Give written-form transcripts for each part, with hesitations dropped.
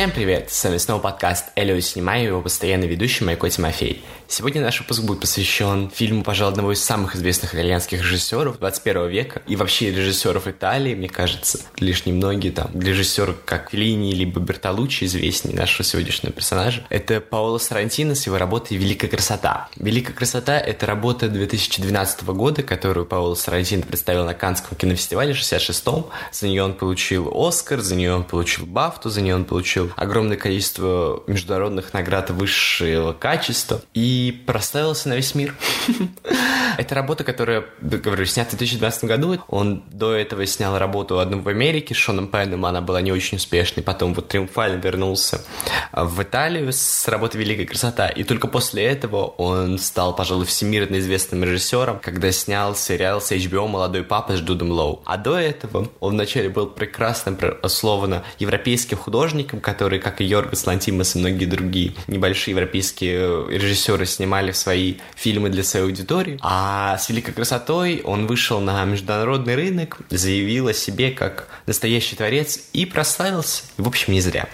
Всем привет! С вами снова подкаст «Элио снимаю», его постоянный ведущий Майко Тимофей. Сегодня наш выпуск будет посвящен фильму, пожалуй, одного из самых известных итальянских режиссеров 21 века и вообще режиссеров Италии, мне кажется. Лишь немногие там режиссеры, как Феллини либо Бертолуччи, известнее нашего сегодняшнего персонажа. Это Паоло Соррентино с его работой «Великая красота». «Великая красота» — это работа 2012 года, которую Паоло Соррентино представил на Каннском кинофестивале в 66-м. За нее он получил Оскар, за нее он получил Бафту, за нее он получил огромное количество международных наград высшего качества и прославился на весь мир. Это работа, которая, говорю, снята в 2012 году. Он до этого снял работу одну в Америке с Шоном Пенном, она была не очень успешной. Потом вот триумфально вернулся в Италию с работой «Великая красота». И только после этого он стал, пожалуй, всемирно известным режиссером, когда снял сериал с HBO «Молодой папа» с Джудом Лоу. А до этого он вначале был прекрасным, условно, европейским художником, который, как и Йоргос Лантимос и многие другие небольшие европейские режиссеры, снимали свои фильмы для своей аудитории. А с «Великой красотой» он вышел на международный рынок, заявил о себе как настоящий творец и прославился. В общем, не зря.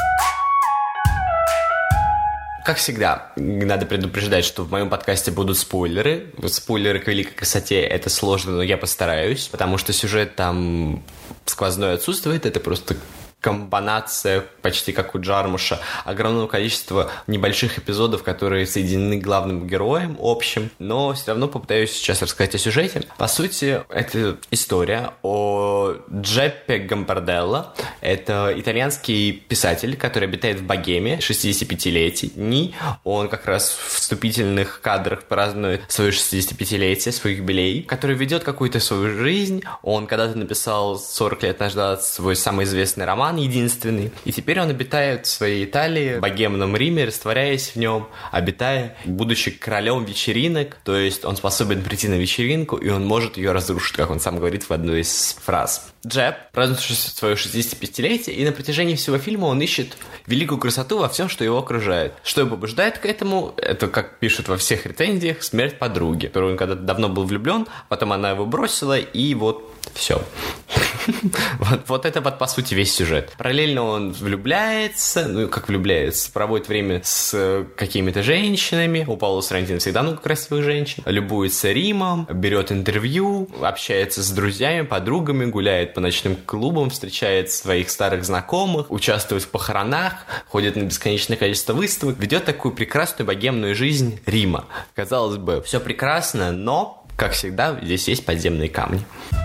Как всегда, надо предупреждать, что в моем подкасте будут спойлеры. Спойлеры к «Великой красоте» — это сложно, но я постараюсь, потому что сюжет там сквозной отсутствует, это просто комбинация, почти как у Джармуша, огромного количества небольших эпизодов, которые соединены главным героем общим, но все равно попытаюсь сейчас рассказать о сюжете. По сути, это история о Джеппе Гамбарделло. Это итальянский писатель, который обитает в Богеме, 65-летний. Он как раз в вступительных кадрах празднует свое 65-летие, свой юбилей, который ведет какую-то свою жизнь. Он когда-то написал 40 лет назад свой самый известный роман, единственный. И теперь он обитает в своей Италии, в богемном Риме, растворяясь в нем, обитая, будучи королем вечеринок, то есть он способен прийти на вечеринку, и он может ее разрушить, как он сам говорит в одной из фраз. Джеб празднует свое 65-летие, и на протяжении всего фильма он ищет великую красоту во всем, что его окружает. Что его побуждает к этому? Это, как пишут во всех рецензиях, смерть подруги, в которую он когда-то давно был влюблен, потом она его бросила, и вот все. Вот это вот, по сути, весь сюжет. Параллельно он влюбляется, проводит время с какими-то женщинами. У Паоло Соррентино всегда много красивых женщин. Любуется Римом, берет интервью, общается с друзьями, подругами, гуляет по ночным клубам, встречает своих старых знакомых, участвует в похоронах, ходит на бесконечное количество выставок, ведет такую прекрасную богемную жизнь Рима. Казалось бы, все прекрасно, но, как всегда, здесь есть подземные камни.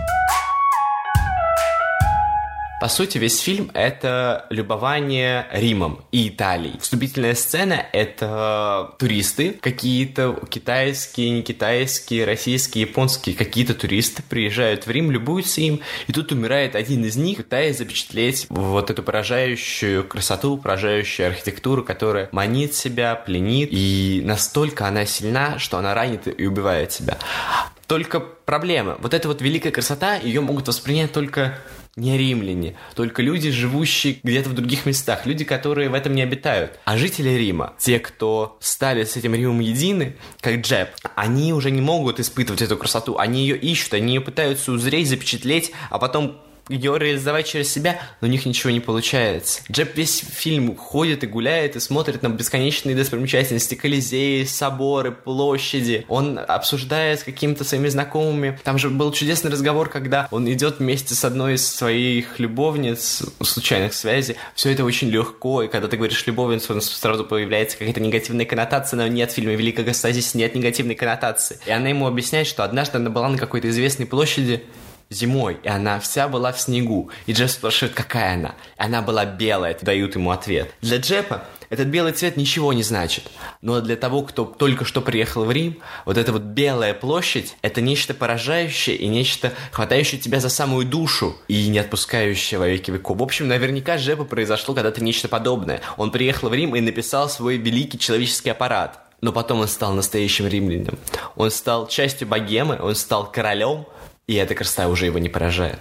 По сути, весь фильм — это любование Римом и Италией. Вступительная сцена — это туристы, какие-то китайские, не китайские, российские, японские, какие-то туристы приезжают в Рим, любуются им, и тут умирает один из них, пытаясь запечатлеть вот эту поражающую красоту, поражающую архитектуру, которая манит себя, пленит, и настолько она сильна, что она ранит и убивает себя. Только проблема. Вот эта вот великая красота, ее могут воспринять только не римляне, только люди, живущие где-то в других местах, люди, которые в этом не обитают. А жители Рима, те, кто стали с этим Римом едины, как Джеб, они уже не могут испытывать эту красоту, они ее ищут, они ее пытаются узреть, запечатлеть, а потом ее реализовать через себя, но у них ничего не получается. Джеб весь фильм ходит и гуляет и смотрит на бесконечные достопримечательности, Колизеи, соборы, площади. Он обсуждает с какими-то своими знакомыми. Там же был чудесный разговор, когда он идет вместе с одной из своих любовниц, случайных связей. Все это очень легко, и когда ты говоришь любовницу, сразу появляется какая-то негативная коннотация, но нет, в фильме «Великая красота» здесь нет негативной коннотации. И она ему объясняет, что однажды она была на какой-то известной площади зимой, и она вся была в снегу. И Джеб спрашивает, какая она? Она была белая, дают ему ответ. Для Джеба этот белый цвет ничего не значит. Но для того, кто только что приехал в Рим, вот эта вот белая площадь — это нечто поражающее и нечто, хватающее тебя за самую душу и не отпускающее во веки веков. В общем, наверняка Джебу произошло когда-то нечто подобное. Он приехал в Рим и написал свой великий человеческий аппарат. Но потом он стал настоящим римлянином. Он стал частью богемы, он стал королем, и эта красота уже его не поражает.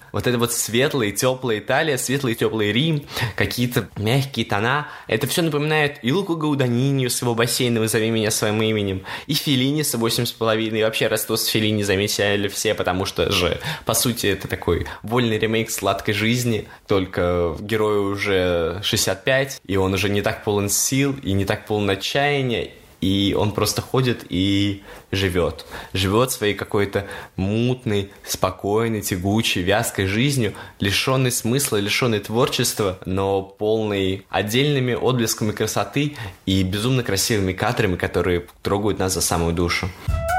Вот это вот светлая, теплая Италия, светлый, теплый Рим, какие-то мягкие тона. Это все напоминает и Луку Гауданинью с его бассейном «Назови меня своим именем», и Феллини с 8,5, и вообще родство с Феллини замечали все, потому что же, по сути, это такой вольный ремейк «Сладкой жизни», только герою уже 65, и он уже не так полон сил, и не так полон отчаяния, и он просто ходит и живет. Живет своей какой-то мутной, спокойной, тягучей, вязкой жизнью, лишенной смысла, лишенной творчества, но полной отдельными отблесками красоты и безумно красивыми кадрами, которые трогают нас за самую душу.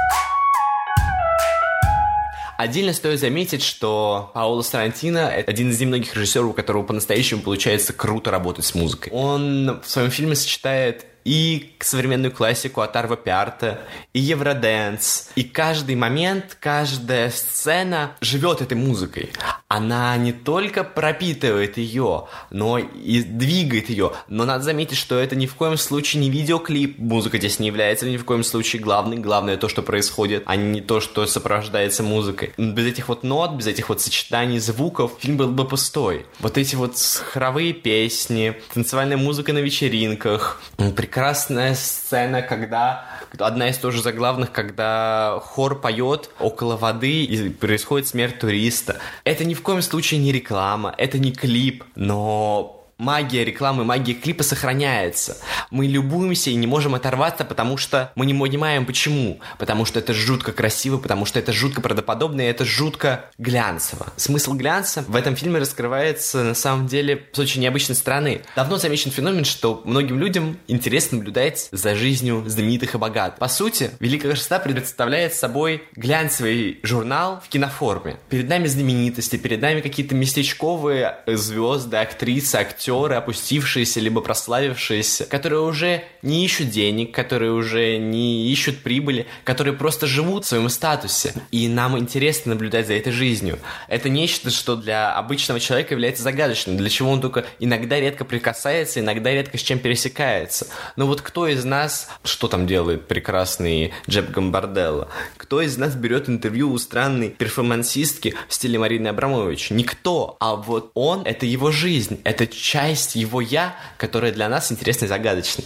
Отдельно стоит заметить, что Паоло Соррентино — это один из немногих режиссеров, у которого по-настоящему получается круто работать с музыкой. Он в своем фильме сочетает и современную классику от Арво Пиарта, и евродэнс. И каждый момент, каждая сцена живет этой музыкой. Она не только пропитывает ее, но и двигает ее. Но надо заметить, что это ни в коем случае не видеоклип. Музыка здесь не является ни в коем случае главной. Главное то, что происходит, а не то, что сопровождается музыкой. Без этих вот нот, без этих вот сочетаний звуков фильм был бы пустой. Вот эти вот хоровые песни, танцевальная музыка на вечеринках, прекрасная сцена, когда одна из тоже заглавных, когда хор поет около воды и происходит смерть туриста. Это ни в коем случае не реклама, это не клип, но магия рекламы, магия клипа сохраняется. Мы любуемся и не можем оторваться, потому что мы не понимаем почему. Потому что это жутко красиво, потому что это жутко правдоподобно, и это жутко глянцево. Смысл глянца в этом фильме раскрывается на самом деле с очень необычной стороны. Давно замечен феномен, что многим людям интересно наблюдать за жизнью знаменитых и богатых. По сути, «Великая красота» представляет собой глянцевый журнал в киноформе. Перед нами знаменитости, перед нами какие-то местечковые звезды, актрисы, актеры, опустившиеся либо прославившиеся, которые уже не ищут денег, которые уже не ищут прибыли, которые просто живут в своем статусе. И нам интересно наблюдать за этой жизнью. Это нечто, что для обычного человека является загадочным, для чего он только иногда редко прикасается, иногда редко с чем пересекается. Но вот кто из нас, что там делает прекрасный Джеп Гамбарделло? Кто из нас берет интервью у странной перформансистки в стиле Марины Абрамович? Никто. А вот он — это его жизнь, это часть его «я», которая для нас интересна и загадочна.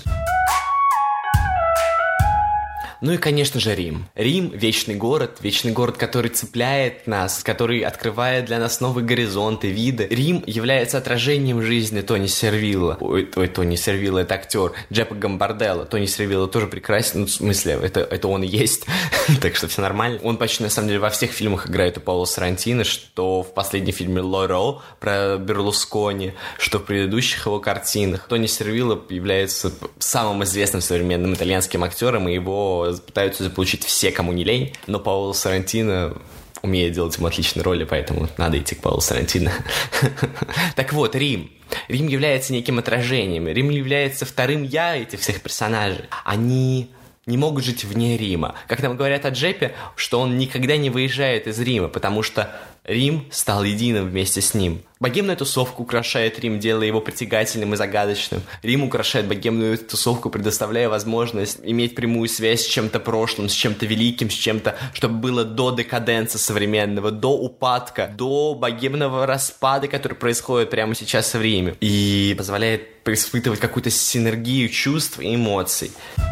Ну и, конечно же, Рим. Рим — вечный город, который цепляет нас, который открывает для нас новые горизонты, виды. Рим является отражением жизни Тони Сервилла. Тони Сервилла — это актер. Джеппо Гамбарделло. Тони Сервилла тоже прекрасен, ну, в смысле, это он и есть, так что все нормально. Он почти, на самом деле, во всех фильмах играет у Паоло Соррентино, что в последнем фильме «Лоро» про Берлускони, что в предыдущих его картинах. Тони Сервилла является самым известным современным итальянским актером, и его пытаются заполучить все, кому не лень, но Паоло Соррентино умеет делать ему отличные роли, поэтому надо идти к Паоло Соррентино. Так вот, Рим. Рим является неким отражением. Рим является вторым «я» этих всех персонажей. Они не могут жить вне Рима. Как нам говорят о Джеппе, что он никогда не выезжает из Рима, потому что Рим стал единым вместе с ним. Богемная тусовка украшает Рим, делая его притягательным и загадочным. Рим украшает богемную тусовку, предоставляя возможность иметь прямую связь с чем-то прошлым, с чем-то великим, с чем-то, чтобы было до декаденса современного, до упадка, до богемного распада, который происходит прямо сейчас в Риме. И позволяет испытывать какую-то синергию чувств и эмоций.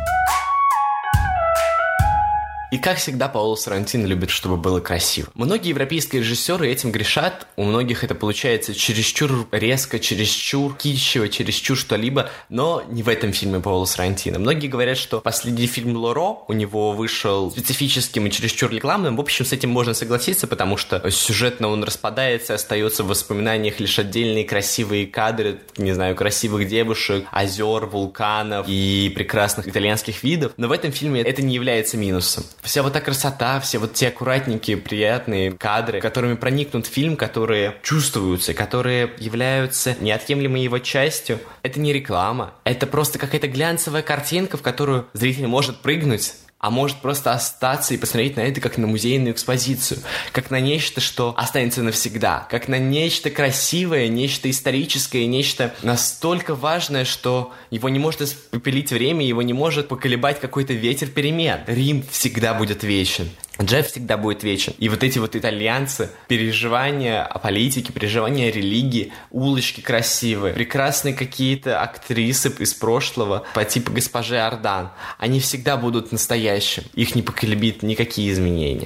И, как всегда, Паоло Соррентино любит, чтобы было красиво. Многие европейские режиссеры этим грешат, у многих это получается чересчур резко, чересчур китчево, чересчур что-либо, но не в этом фильме Паоло Соррентино. Многие говорят, что последний фильм «Лоро» у него вышел специфическим и чересчур рекламным. В общем, с этим можно согласиться, потому что сюжетно он распадается, остается в воспоминаниях лишь отдельные красивые кадры, не знаю, красивых девушек, озер, вулканов и прекрасных итальянских видов. Но в этом фильме это не является минусом. Вся вот та красота, все вот те аккуратненькие, приятные кадры, которыми проникнут фильм, которые чувствуются, которые являются неотъемлемой его частью. Это не реклама, это просто какая-то глянцевая картинка, в которую зритель может прыгнуть, а может просто остаться и посмотреть на это как на музейную экспозицию, как на нечто, что останется навсегда, как на нечто красивое, нечто историческое, нечто настолько важное, что его не может испепелить время, его не может поколебать какой-то ветер перемен. Рим всегда будет вечен. Джеб всегда будет вечен. И вот эти вот итальянцы, переживания о политике, переживания о религии, улочки красивые, прекрасные какие-то актрисы из прошлого по типу госпожи Ардан, они всегда будут настоящим. Их не поколебит никакие изменения.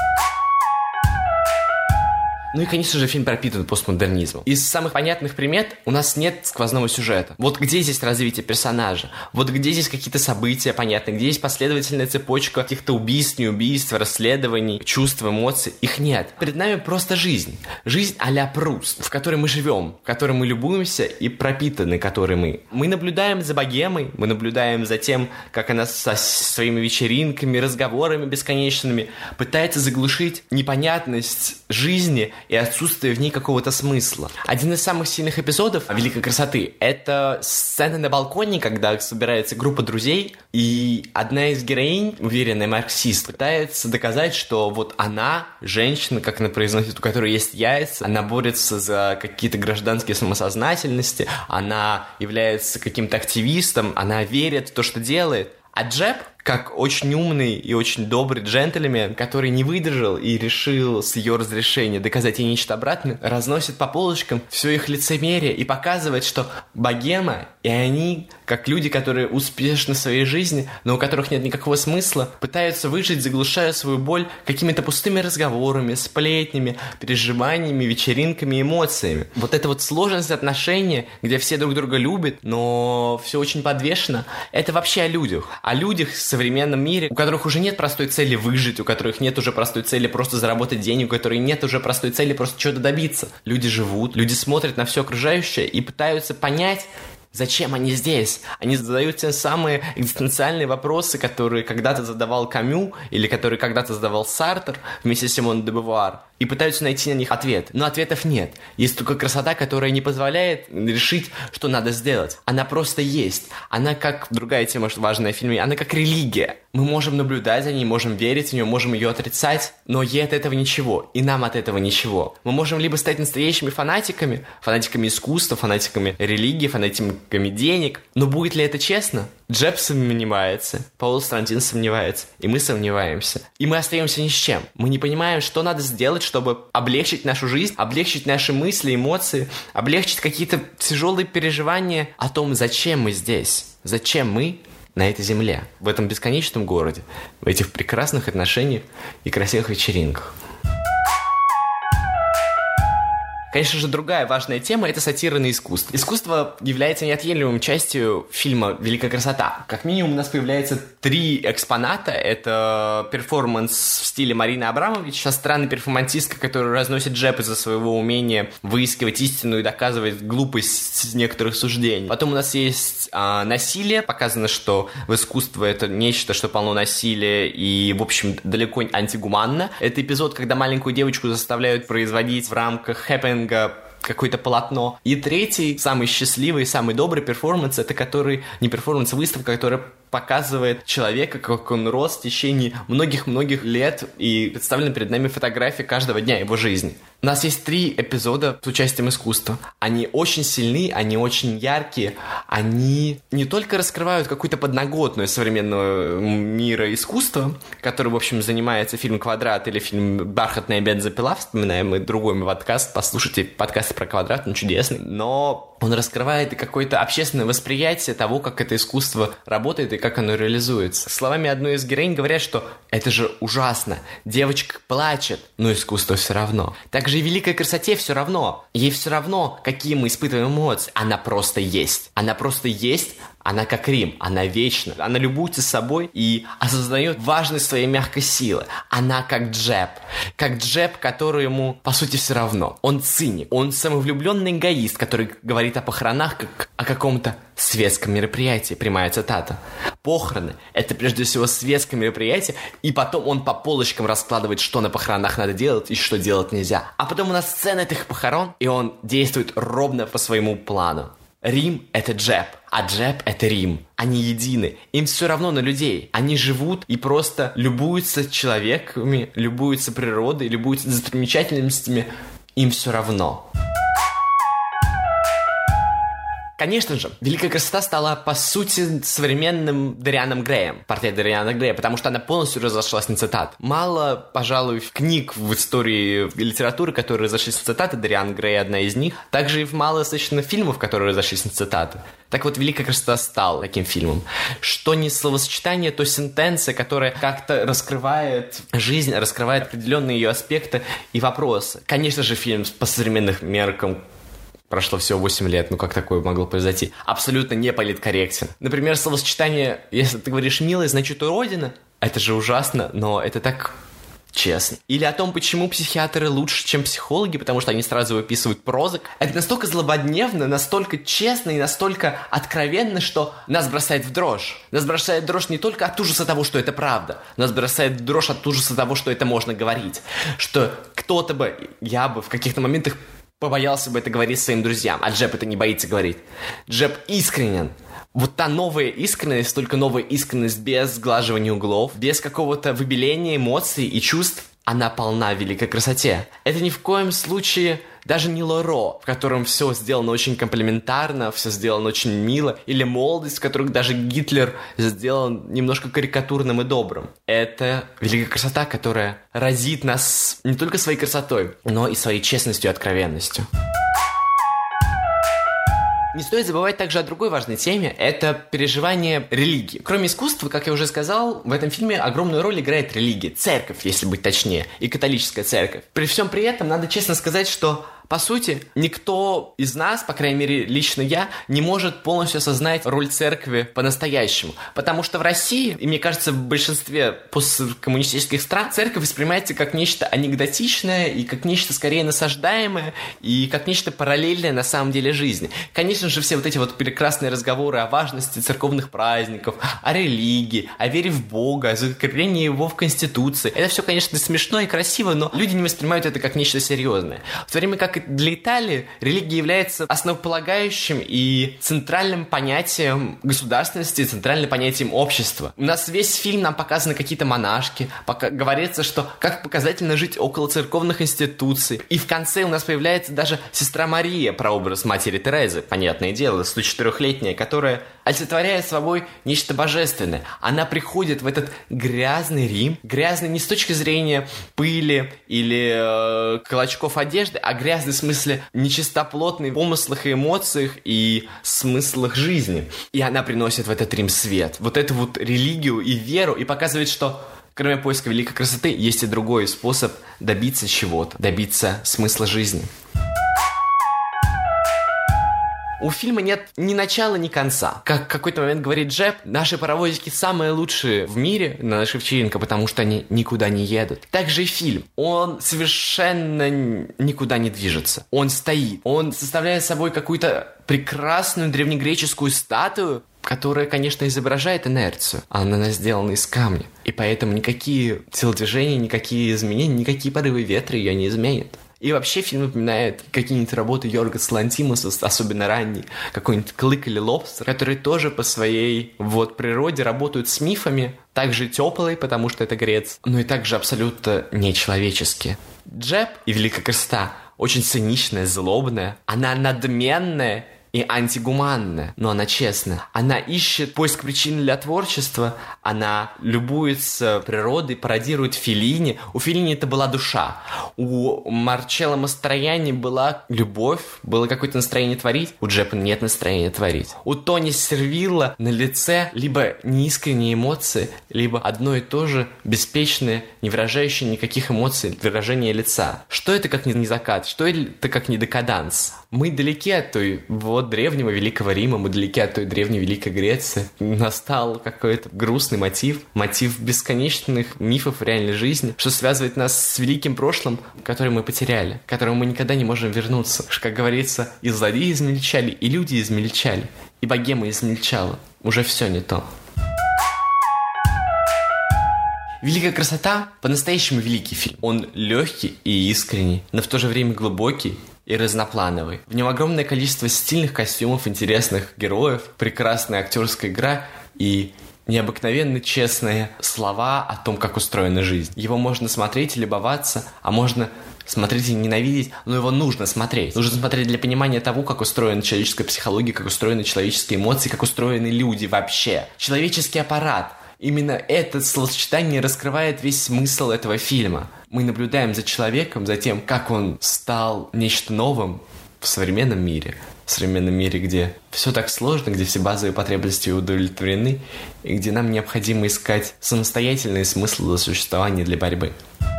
Ну и, конечно же, фильм пропитан постмодернизмом. Из самых понятных примет у нас нет сквозного сюжета. Вот где здесь развитие персонажа? Вот где здесь какие-то события понятные? Где есть последовательная цепочка каких-то убийств, неубийств, расследований, чувств, эмоций? Их нет. Перед нами просто жизнь. Жизнь а-ля Пруст, в которой мы живем, в которой мы любуемся и пропитаны которой мы. Мы наблюдаем за богемой, мы наблюдаем за тем, как она со своими вечеринками, разговорами бесконечными пытается заглушить непонятность жизни и отсутствие в ней какого-то смысла. Один из самых сильных эпизодов «Великой красоты» — это сцена на балконе, когда собирается группа друзей, и одна из героинь, уверенная марксистка, пытается доказать, что вот она, женщина, как она произносит, у которой есть яйца, она борется за какие-то гражданские самосознательности, она является каким-то активистом, она верит в то, что делает. А Джеб, как очень умный и очень добрый джентльмен, который не выдержал и решил с ее разрешения доказать ей нечто обратное, разносит по полочкам все их лицемерие и показывает, что богема и они, как люди, которые успешны в своей жизни, но у которых нет никакого смысла, пытаются выжить, заглушая свою боль какими-то пустыми разговорами, сплетнями, переживаниями, вечеринками, эмоциями. Вот эта вот сложность отношений, где все друг друга любят, но все очень подвешено, это вообще о людях. О людях в современном мире, у которых уже нет простой цели выжить, у которых нет уже простой цели просто заработать денег, у которых нет уже простой цели просто чего-то добиться. Люди живут, люди смотрят на все окружающее и пытаются понять, зачем они здесь? Они задают те самые экзистенциальные вопросы, которые когда-то задавал Камю или которые когда-то задавал Сартр вместе с Симоном де Бувуар, и пытаются найти на них ответ. Но ответов нет. Есть только красота, которая не позволяет решить, что надо сделать. Она просто есть. Она как, другая тема важная в фильме, она как религия. Мы можем наблюдать за ней, можем верить в нее, можем ее отрицать, но ей от этого ничего, и нам от этого ничего. Мы можем либо стать настоящими фанатиками, фанатиками искусства, фанатиками религии, фанатиками денег, но будет ли это честно? Джеб сомневается, Паул Сорантино сомневается, и мы сомневаемся. И мы остаемся ни с чем. Мы не понимаем, что надо сделать, чтобы облегчить нашу жизнь, облегчить наши мысли, эмоции, облегчить какие-то тяжелые переживания о том, зачем мы здесь, зачем мы на этой земле, в этом бесконечном городе, в этих прекрасных отношениях и красивых вечеринках. Конечно же, другая важная тема — это сатира на искусство. Искусство является неотъемлемой частью фильма «Великая красота». Как минимум у нас появляется 3 экспоната. Это перформанс в стиле Марины Абрамович со странной перформантисткой, которая разносит Джеб из-за своего умения выискивать истину и доказывать глупость некоторых суждений. Потом у нас есть насилие. Показано, что в искусстве это нечто, что полно насилия и, в общем, далеко не антигуманно. Это эпизод, когда маленькую девочку заставляют производить в рамках хэппинга какое-то полотно. И третий, самый счастливый, самый добрый перформанс, это который, не перформанс, а выставка, которая показывает человека, как он рос в течение многих-многих лет, и представлена перед нами фотография каждого дня его жизни. У нас есть 3 эпизода с участием искусства. Они очень сильны, они очень яркие, они не только раскрывают какую-то подноготную современного мира искусства, который, в общем, занимается фильм «Квадрат» или фильм «Бархатная бензопила», вспоминаем мы другой подкаст, послушайте подкаст про «Квадрат», он чудесный, но он раскрывает и какое-то общественное восприятие того, как это искусство работает и как оно реализуется. Словами одной из героинь говорят, что это же ужасно, девочка плачет, но искусство все равно. Также и великой красоте все равно. Ей все равно, какие мы испытываем эмоции. Она просто есть. Она просто есть. Она как Рим, она вечна. Она любуется собой и осознает важность своей мягкой силы. Она как Джеб. Как Джеб, который ему, по сути, все равно. Он циник. Он самовлюбленный эгоист, который говорит о похоронах как о каком-то светском мероприятии. Прямая цитата. Похороны — это прежде всего светское мероприятие, и потом он по полочкам раскладывает, что на похоронах надо делать и что делать нельзя. А потом у нас сцена этих похорон, и он действует ровно по своему плану. Рим — это Джеб, а Джеб — это Рим. Они едины. Им все равно на людей. Они живут и просто любуются человеками, любуются природой, любуются достопримечательностями. Им все равно. Конечно же, «Великая красота» стала, по сути, современным Дорианом Греем, портрет Дориана Грея, потому что она полностью разошлась на цитат. Мало, пожалуй, книг в истории литературы, которые разошлись на цитаты, Дориан Грей одна из них. Также и мало достаточно фильмов, которые разошлись на цитаты. Так вот, «Великая красота» стал таким фильмом. Что не словосочетание, то сентенция, которая как-то раскрывает жизнь, раскрывает определенные ее аспекты и вопросы. Конечно же, фильм по современным меркам прошло всего 8 лет, ну как такое могло произойти? Абсолютно не политкорректен. Например, словосочетание «если ты говоришь «милый», значит уродина». Это же ужасно, но это так честно. Или о том, почему психиатры лучше, чем психологи, потому что они сразу выписывают прозы. Это настолько злободневно, настолько честно и настолько откровенно, что нас бросает в дрожь. Нас бросает в дрожь не только от ужаса того, что это правда. Нас бросает в дрожь от ужаса того, что это можно говорить. Что кто-то бы, я бы в каких-то моментах побоялся бы это говорить своим друзьям, а Джеб это не боится говорить. Джеб искренен. Вот та новая искренность, только новая искренность без сглаживания углов, без какого-то выбеления эмоций и чувств, она полна в великой красоте. Это ни в коем случае даже не Лоро, в котором все сделано очень комплиментарно, все сделано очень мило, или молодость, в которой даже Гитлер сделан немножко карикатурным и добрым. Это великая красота, которая разит нас не только своей красотой, но и своей честностью и откровенностью. Не стоит забывать также о другой важной теме – это переживание религии. Кроме искусства, как я уже сказал, в этом фильме огромную роль играет религия, церковь, если быть точнее, и католическая церковь. При всем при этом надо честно сказать, что по сути, никто из нас, по крайней мере, лично я, не может полностью осознать роль церкви по-настоящему. Потому что в России, и мне кажется, в большинстве посткоммунистических стран, церковь воспринимается как нечто анекдотичное и как нечто скорее насаждаемое и как нечто параллельное на самом деле жизни. Конечно же, все вот эти вот прекрасные разговоры о важности церковных праздников, о религии, о вере в Бога, о закреплении его в Конституции. Это все, конечно, смешно и красиво, но люди не воспринимают это как нечто серьезное. В то время как для Италии религия является основополагающим и центральным понятием государственности, центральным понятием общества. У нас весь фильм нам показаны какие-то монашки, говорится, что как показательно жить около церковных институций. И в конце у нас появляется даже сестра Мария, прообраз матери Терезы, понятное дело, 104-летняя, которая олицетворяет собой нечто божественное. Она приходит в этот грязный Рим, грязный не с точки зрения пыли или клочков одежды, а грязный в смысле нечистоплотный в помыслах и эмоциях и смыслах жизни. И она приносит в этот Рим свет, вот эту вот религию и веру, и показывает, что кроме поиска великой красоты есть и другой способ добиться чего-то, добиться смысла жизни. У фильма нет ни начала, ни конца. Как в какой-то момент говорит Джеб, наши паровозики самые лучшие в мире на нашей вечеринке, потому что они никуда не едут. Также и фильм. Он совершенно никуда не движется. Он стоит. Он составляет собой какую-то прекрасную древнегреческую статую, которая, конечно, изображает инерцию. Она сделана из камня. И поэтому никакие телодвижения, никакие изменения, никакие порывы ветра ее не изменят. И вообще фильм напоминает какие-нибудь работы Йоргоса Лантимуса, особенно ранние, какой-нибудь «Клык» или «Лобстер», которые тоже по своей природе работают с мифами, также теплые, потому что это грец, но и также абсолютно нечеловеческие. Джеб и «Великая красота» очень циничная, злобная, она надменная и антигуманная, но она честная. Она ищет поиск причин для творчества, она любуется природой, пародирует Феллини. У Феллини это была душа. У Марчелло Мастроянни была любовь, было какое-то настроение творить. У Джеппа нет настроения творить. У Тони Сервилла на лице либо неискренние эмоции, либо одно и то же беспечное, не выражающее никаких эмоций выражение лица. Что это как не закат? Что это как не декаданс? Мы далеки от той древнего Великого Рима, мы далеки от той древней Великой Греции. Настал какой-то грустный мотив бесконечных мифов в реальной жизни, что связывает нас с великим прошлым, которое мы потеряли, к которому мы никогда не можем вернуться. Как говорится, и злодеи измельчали, и люди измельчали, и богема измельчала. Уже все не то. «Великая красота» — по-настоящему великий фильм. Он легкий и искренний, но в то же время глубокий и разноплановый. В нем огромное количество стильных костюмов, интересных героев, прекрасная актерская игра и необыкновенно честные слова о том, как устроена жизнь. Его можно смотреть и любоваться, а можно смотреть и ненавидеть, но его нужно смотреть. Нужно смотреть для понимания того, как устроена человеческая психология, как устроены человеческие эмоции, как устроены люди вообще. Человеческий аппарат. Именно это словосочетание раскрывает весь смысл этого фильма. Мы наблюдаем за человеком, за тем, как он стал нечто новым в современном мире. В современном мире, где все так сложно, где все базовые потребности удовлетворены, и где нам необходимо искать самостоятельные смыслы для существования, для борьбы.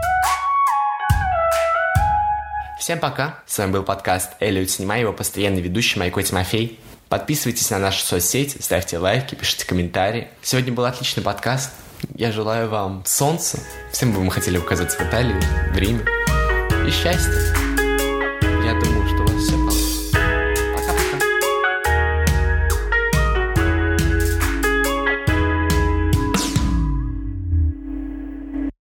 Всем пока! С вами был подкаст «Эллиот, снимай», его постоянный ведущий Майко Тимофей. Подписывайтесь на наши соцсети, ставьте лайки, пишите комментарии. Сегодня был отличный подкаст. Я желаю вам солнца. Всем бы мы хотели оказаться в Италии, в Риме. И счастья.